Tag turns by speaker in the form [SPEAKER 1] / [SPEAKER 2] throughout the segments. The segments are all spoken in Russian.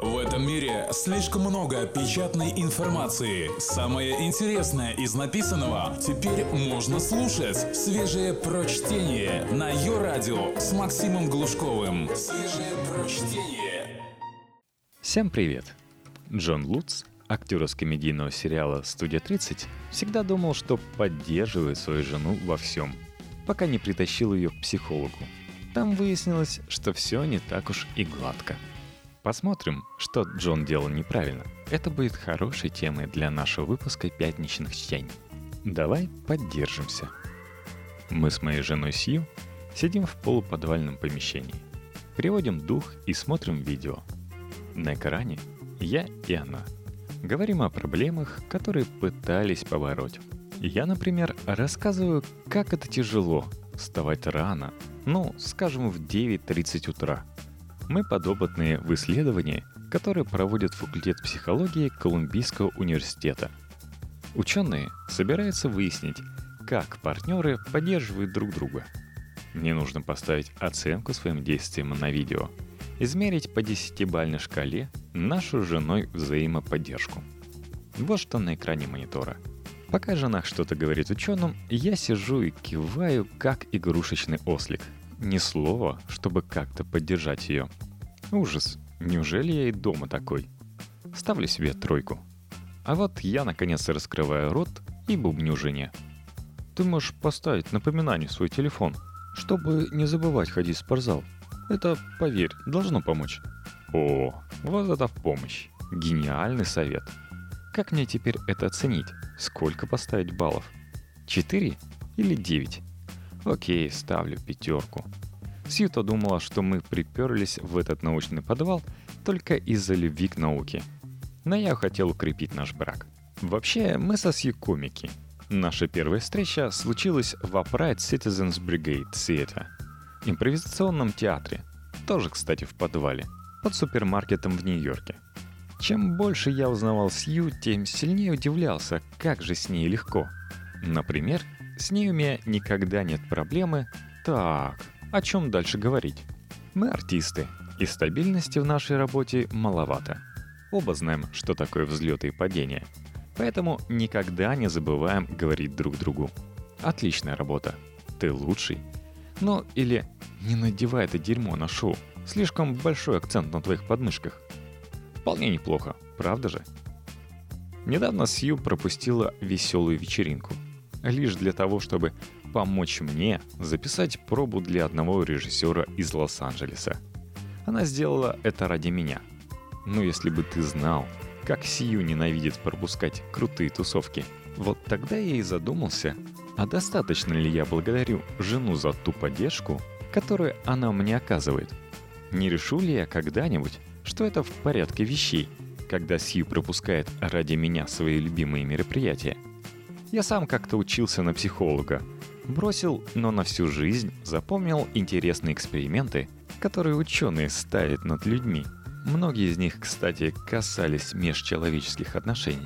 [SPEAKER 1] В этом мире слишком много печатной информации. Самое интересное из написанного теперь можно слушать. Свежее прочтение на Йо-Радио с Максимом Глушковым. Свежее прочтение.
[SPEAKER 2] Всем привет! Джон Лутц, актер из комедийного сериала «Студия 30», всегда думал, что поддерживает свою жену во всем, пока не притащил ее к психологу. Там выяснилось, что все не так уж и гладко. Посмотрим, что Джон делал неправильно. Это будет хорошей темой для нашего выпуска пятничных чтений. Давай поддержимся. Мы с моей женой Сью сидим в полуподвальном помещении. Переводим дух и смотрим видео. На экране я и она. Говорим о проблемах, которые пытались побороть. Я, например, рассказываю, как это тяжело вставать рано, скажем, в 9:30 утра. Мы подопытные в исследовании, которое проводит факультет психологии Колумбийского университета. Ученые собираются выяснить, как партнеры поддерживают друг друга. Мне нужно поставить оценку своим действиям на видео, измерить по 10-бальной шкале нашу с женой взаимоподдержку. Вот что на экране монитора. Пока жена что-то говорит ученым, я сижу и киваю, как игрушечный ослик. Ни слова, чтобы как-то поддержать ее. Ужас, неужели я и дома такой? Ставлю себе 3. А вот я наконец-то раскрываю рот и бубню жене. Ты можешь поставить напоминание в свой телефон, чтобы не забывать ходить в спортзал. Это, поверь, должно помочь. О, вот это помощь. Гениальный совет. Как мне теперь это оценить? Сколько поставить баллов? 4 или 9? Окей, ставлю 5. Сью-то думала, что мы приперлись в этот научный подвал только из-за любви к науке. Но я хотел укрепить наш брак. Вообще, мы со Сью комики. Наша первая встреча случилась в Upright Citizens Brigade Theatre, импровизационном театре, тоже, кстати, в подвале, под супермаркетом в Нью-Йорке. Чем больше я узнавал Сью, тем сильнее удивлялся, как же с ней легко. Например, с ней у меня никогда нет проблемы. Так, о чем дальше говорить? Мы артисты, и стабильности в нашей работе маловато. Оба знаем, что такое взлеты и падения. Поэтому никогда не забываем говорить друг другу: отличная работа, ты лучший. Или не надевай это дерьмо на шоу, слишком большой акцент на твоих подмышках. Вполне неплохо, правда же? Недавно Сью пропустила веселую вечеринку. Лишь для того, чтобы помочь мне записать пробу для одного режиссера из Лос-Анджелеса. Она сделала это ради меня. Если бы ты знал, как Сью ненавидит пропускать крутые тусовки, вот тогда я и задумался, а достаточно ли я благодарю жену за ту поддержку, которую она мне оказывает? Не решу ли я когда-нибудь, что это в порядке вещей, когда Сью пропускает ради меня свои любимые мероприятия? Я сам как-то учился на психолога. Бросил, но на всю жизнь запомнил интересные эксперименты, которые ученые ставят над людьми. Многие из них, кстати, касались межчеловеческих отношений.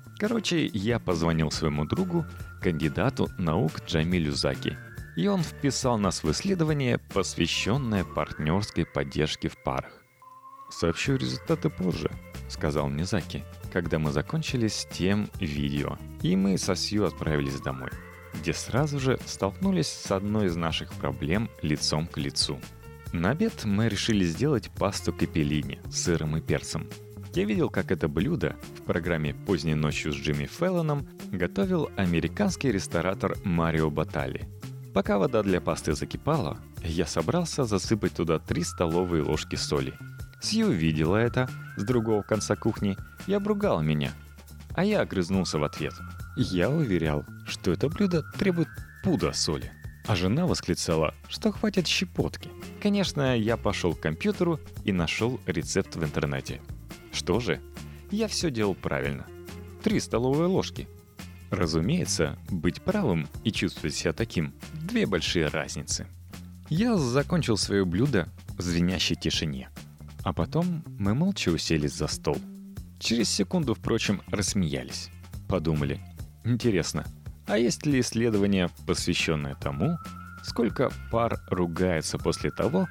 [SPEAKER 2] Я позвонил своему другу, кандидату наук Джамилю Заки, и он вписал нас в исследование, посвященное партнерской поддержке в парах. «Сообщу результаты позже», — сказал мне Заки, когда мы закончили с тем видео, и мы со Сью отправились домой, где сразу же столкнулись с одной из наших проблем лицом к лицу. На обед мы решили сделать пасту капеллини с сыром и перцем. Я видел, как это блюдо в программе «Поздней ночью с Джимми Фэллоном» готовил американский ресторатор Марио Баталли. Пока вода для пасты закипала, я собрался засыпать туда 3 столовые ложки соли. Сью видела это с другого конца кухни и обругала меня, а я огрызнулся в ответ. Я уверял, что это блюдо требует пуда соли, а жена восклицала, что хватит щепотки. Конечно, я пошел к компьютеру и нашел рецепт в интернете. Что же? Я все делал правильно. 3 столовые ложки. Разумеется, быть правым и чувствовать себя таким – 2 большие разницы. Я закончил свое блюдо в звенящей тишине. А потом мы молча уселись за стол. Через секунду, впрочем, рассмеялись. Подумали: интересно, а есть ли исследование, посвященное тому, сколько пар ругается после того,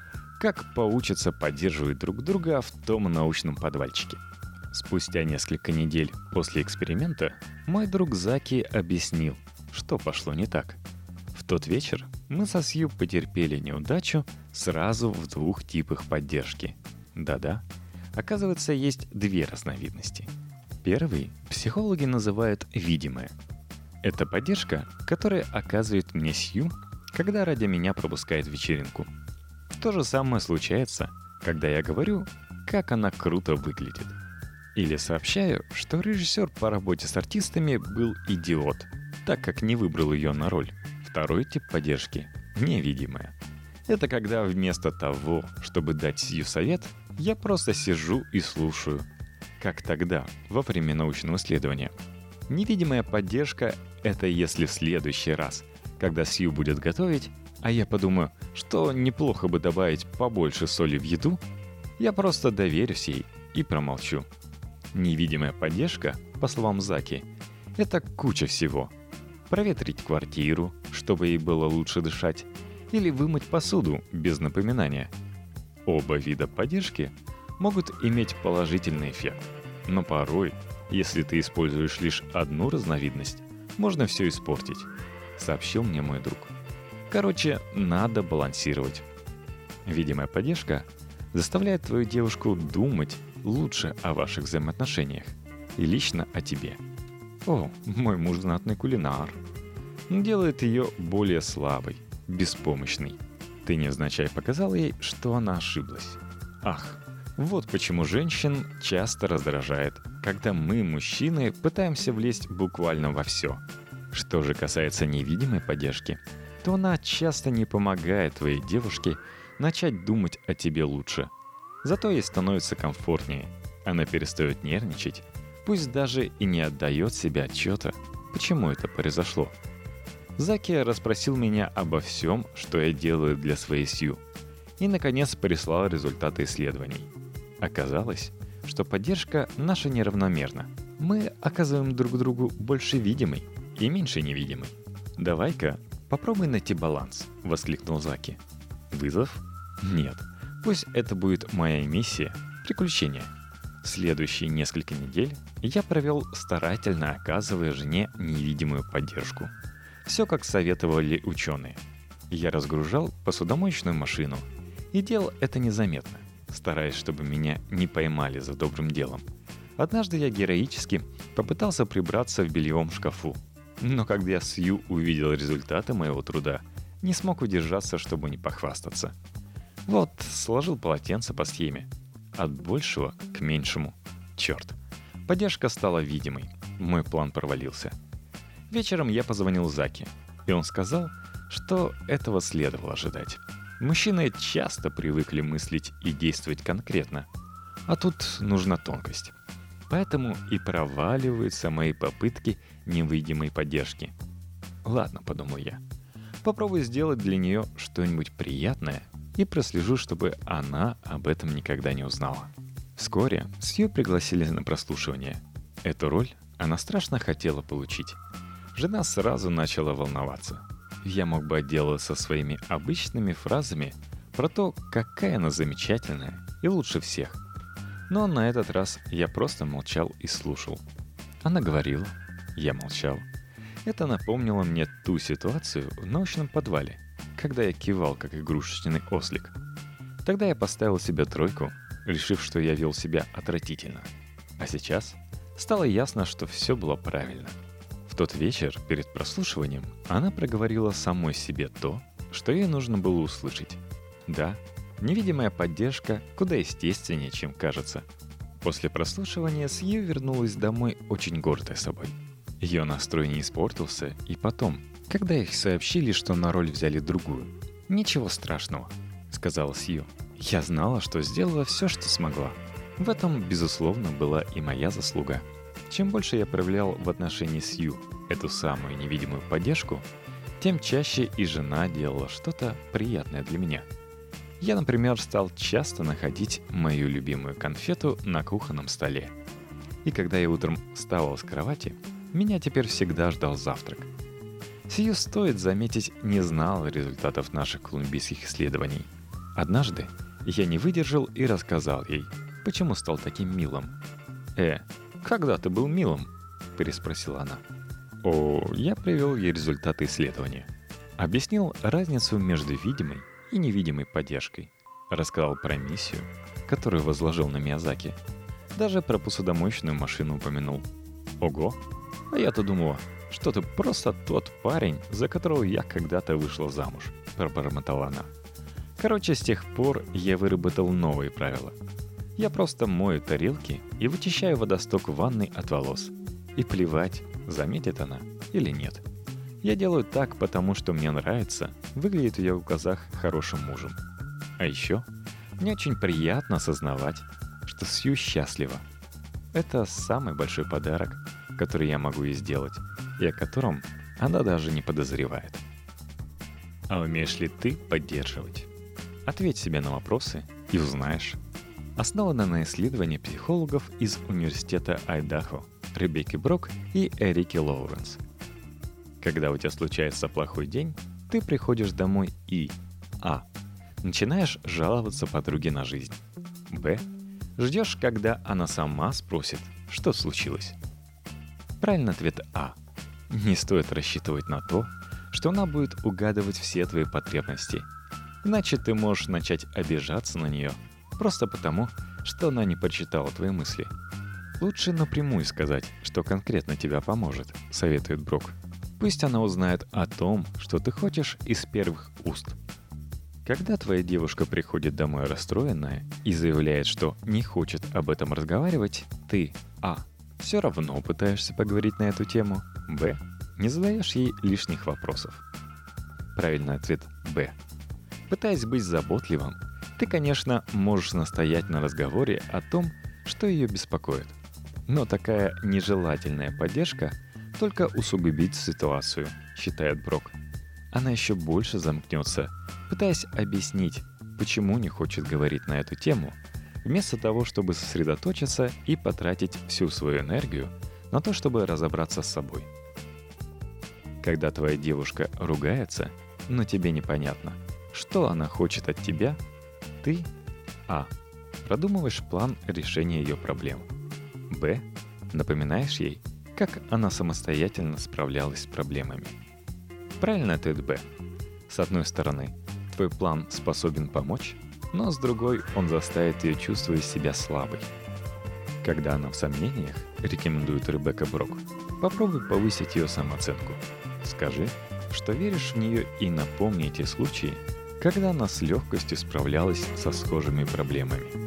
[SPEAKER 2] как поучатся поддерживать друг друга в том научном подвальчике. Спустя несколько недель после эксперимента мой друг Заки объяснил, что пошло не так. В тот вечер мы со Сью потерпели неудачу сразу в 2 типах поддержки. Да-да, оказывается, есть 2 разновидности. Первый психологи называют видимая. Это поддержка, которая оказывает мне Сью, когда ради меня пропускает вечеринку. То же самое случается, когда я говорю, как она круто выглядит. Или сообщаю, что режиссер по работе с артистами был идиот, так как не выбрал ее на роль. Второй тип поддержки – невидимая. Это когда вместо того, чтобы дать Сью совет, я просто сижу и слушаю. Как тогда, во время научного исследования. Невидимая поддержка – это если в следующий раз, когда Сью будет готовить, а я подумаю, что неплохо бы добавить побольше соли в еду, я просто доверюсь ей и промолчу. Невидимая поддержка, по словам Заки, это куча всего. Проветрить квартиру, чтобы ей было лучше дышать, или вымыть посуду без напоминания. Оба вида поддержки могут иметь положительный эффект, но порой, если ты используешь лишь одну разновидность, можно все испортить, сообщил мне мой друг. Короче, надо балансировать. Видимая поддержка заставляет твою девушку думать лучше о ваших взаимоотношениях и лично о тебе. О, мой муж знатный кулинар. Делает ее более слабой, беспомощной. Ты невзначай показал ей, что она ошиблась. Ах, вот почему женщин часто раздражает, когда мы, мужчины, пытаемся влезть буквально во все. Что же касается невидимой поддержки, то она часто не помогает твоей девушке начать думать о тебе лучше. Зато ей становится комфортнее. Она перестает нервничать, пусть даже и не отдает себе отчета, почему это произошло. Заки расспросил меня обо всем, что я делаю для своей Сью, и, наконец, прислал результаты исследований. Оказалось, что поддержка наша неравномерна. Мы оказываем друг другу больше видимой и меньше невидимой. «Давай-ка попробуй найти баланс», — воскликнул Заки. «Вызов? Нет. Пусть это будет моя миссия, приключение». Следующие несколько недель я провел, старательно оказывая жене невидимую поддержку. Все, как советовали ученые. Я разгружал посудомоечную машину и делал это незаметно, стараясь, чтобы меня не поймали за добрым делом. Однажды я героически попытался прибраться в бельевом шкафу, но когда Сью увидел результаты моего труда, не смог удержаться, чтобы не похвастаться. Вот, сложил полотенце по схеме. От большего к меньшему. Черт. Поддержка стала видимой. Мой план провалился. Вечером я позвонил Заки, и он сказал, что этого следовало ожидать. Мужчины часто привыкли мыслить и действовать конкретно, а тут нужна тонкость. Поэтому и проваливаются мои попытки невидимой поддержки. Ладно, подумал я, попробую сделать для нее что-нибудь приятное и прослежу, чтобы она об этом никогда не узнала. Вскоре Сью пригласили на прослушивание. Эту роль она страшно хотела получить. Жена сразу начала волноваться. Я мог бы отделаться своими обычными фразами про то, какая она замечательная и лучше всех. Но на этот раз я просто молчал и слушал. Она говорила, я молчал. Это напомнило мне ту ситуацию в научном подвале, когда я кивал, как игрушечный ослик. Тогда я поставил себе 3, решив, что я вел себя отвратительно. А сейчас стало ясно, что все было правильно. В тот вечер, перед прослушиванием, она проговорила самой себе то, что ей нужно было услышать. Да, невидимая поддержка куда естественнее, чем кажется. После прослушивания Сью вернулась домой очень гордой собой. Ее настрой не испортился, и потом, когда их сообщили, что на роль взяли другую. «Ничего страшного», — сказала Сью. «Я знала, что сделала все, что смогла. В этом, безусловно, была и моя заслуга». Чем больше я проявлял в отношении Сью эту самую невидимую поддержку, тем чаще и жена делала что-то приятное для меня. Я, например, стал часто находить мою любимую конфету на кухонном столе. И когда я утром вставал с кровати, меня теперь всегда ждал завтрак. Сью, стоит заметить, не знала результатов наших колумбийских исследований. Однажды Я не выдержал и рассказал ей, почему стал таким милым. Когда ты был милым?» – переспросила она. Я привел ей результаты исследования. Объяснил разницу между видимой и невидимой поддержкой. Рассказал про миссию, которую возложил на Миядзаки. Даже про посудомоечную машину упомянул. Ого! А я-то думала, что ты просто тот парень, за которого я когда-то вышла замуж, пробормотала она. Короче, с тех пор я выработал новые правила. Я просто мою тарелки и вычищаю водосток в ванной от волос. И плевать, заметит она или нет. Я делаю так, потому что мне нравится выглядеть в ее глазах хорошим мужем. А еще мне очень приятно осознавать, что Сью счастлива. Это самый большой подарок, который я могу ей сделать, и о котором она даже не подозревает. А умеешь ли ты поддерживать? Ответь себе на вопросы и узнаешь. Основано на исследовании психологов из университета Айдахо Ребекки Брок и Эрики Лоуренс. Когда у тебя случается плохой день, ты приходишь домой и начинаешь жаловаться подруге на жизнь. Ждешь, когда она сама спросит, что случилось. Правильный ответ Не стоит рассчитывать на то, что она будет угадывать все твои потребности. Иначе ты можешь начать обижаться на нее просто потому, что она не прочитала твои мысли. Лучше напрямую сказать, что конкретно тебя поможет, советует Брок. Пусть она узнает о том, что ты хочешь из первых уст. Когда твоя девушка приходит домой расстроенная и заявляет, что не хочет об этом разговаривать, ты все равно пытаешься поговорить на эту тему, не задаешь ей лишних вопросов. Правильный ответ Пытаясь быть заботливым, ты, конечно, можешь настоять на разговоре о том, что ее беспокоит. Но такая нежелательная поддержка только усугубит ситуацию, считает Брок. Она еще больше замкнется, пытаясь объяснить, почему не хочет говорить на эту тему, вместо того, чтобы сосредоточиться и потратить всю свою энергию на то, чтобы разобраться с собой. Когда твоя девушка ругается, но тебе непонятно, что она хочет от тебя, ты продумываешь план решения ее проблем. Напоминаешь ей, как она самостоятельно справлялась с проблемами. Правильный ответ С одной стороны, твой план способен помочь, но с другой он заставит ее чувствовать себя слабой. Когда она в сомнениях, рекомендует Ребекка Брок, попробуй повысить ее самооценку. Скажи, что веришь в нее, и напомни те случаи, когда она с легкостью справлялась со схожими проблемами.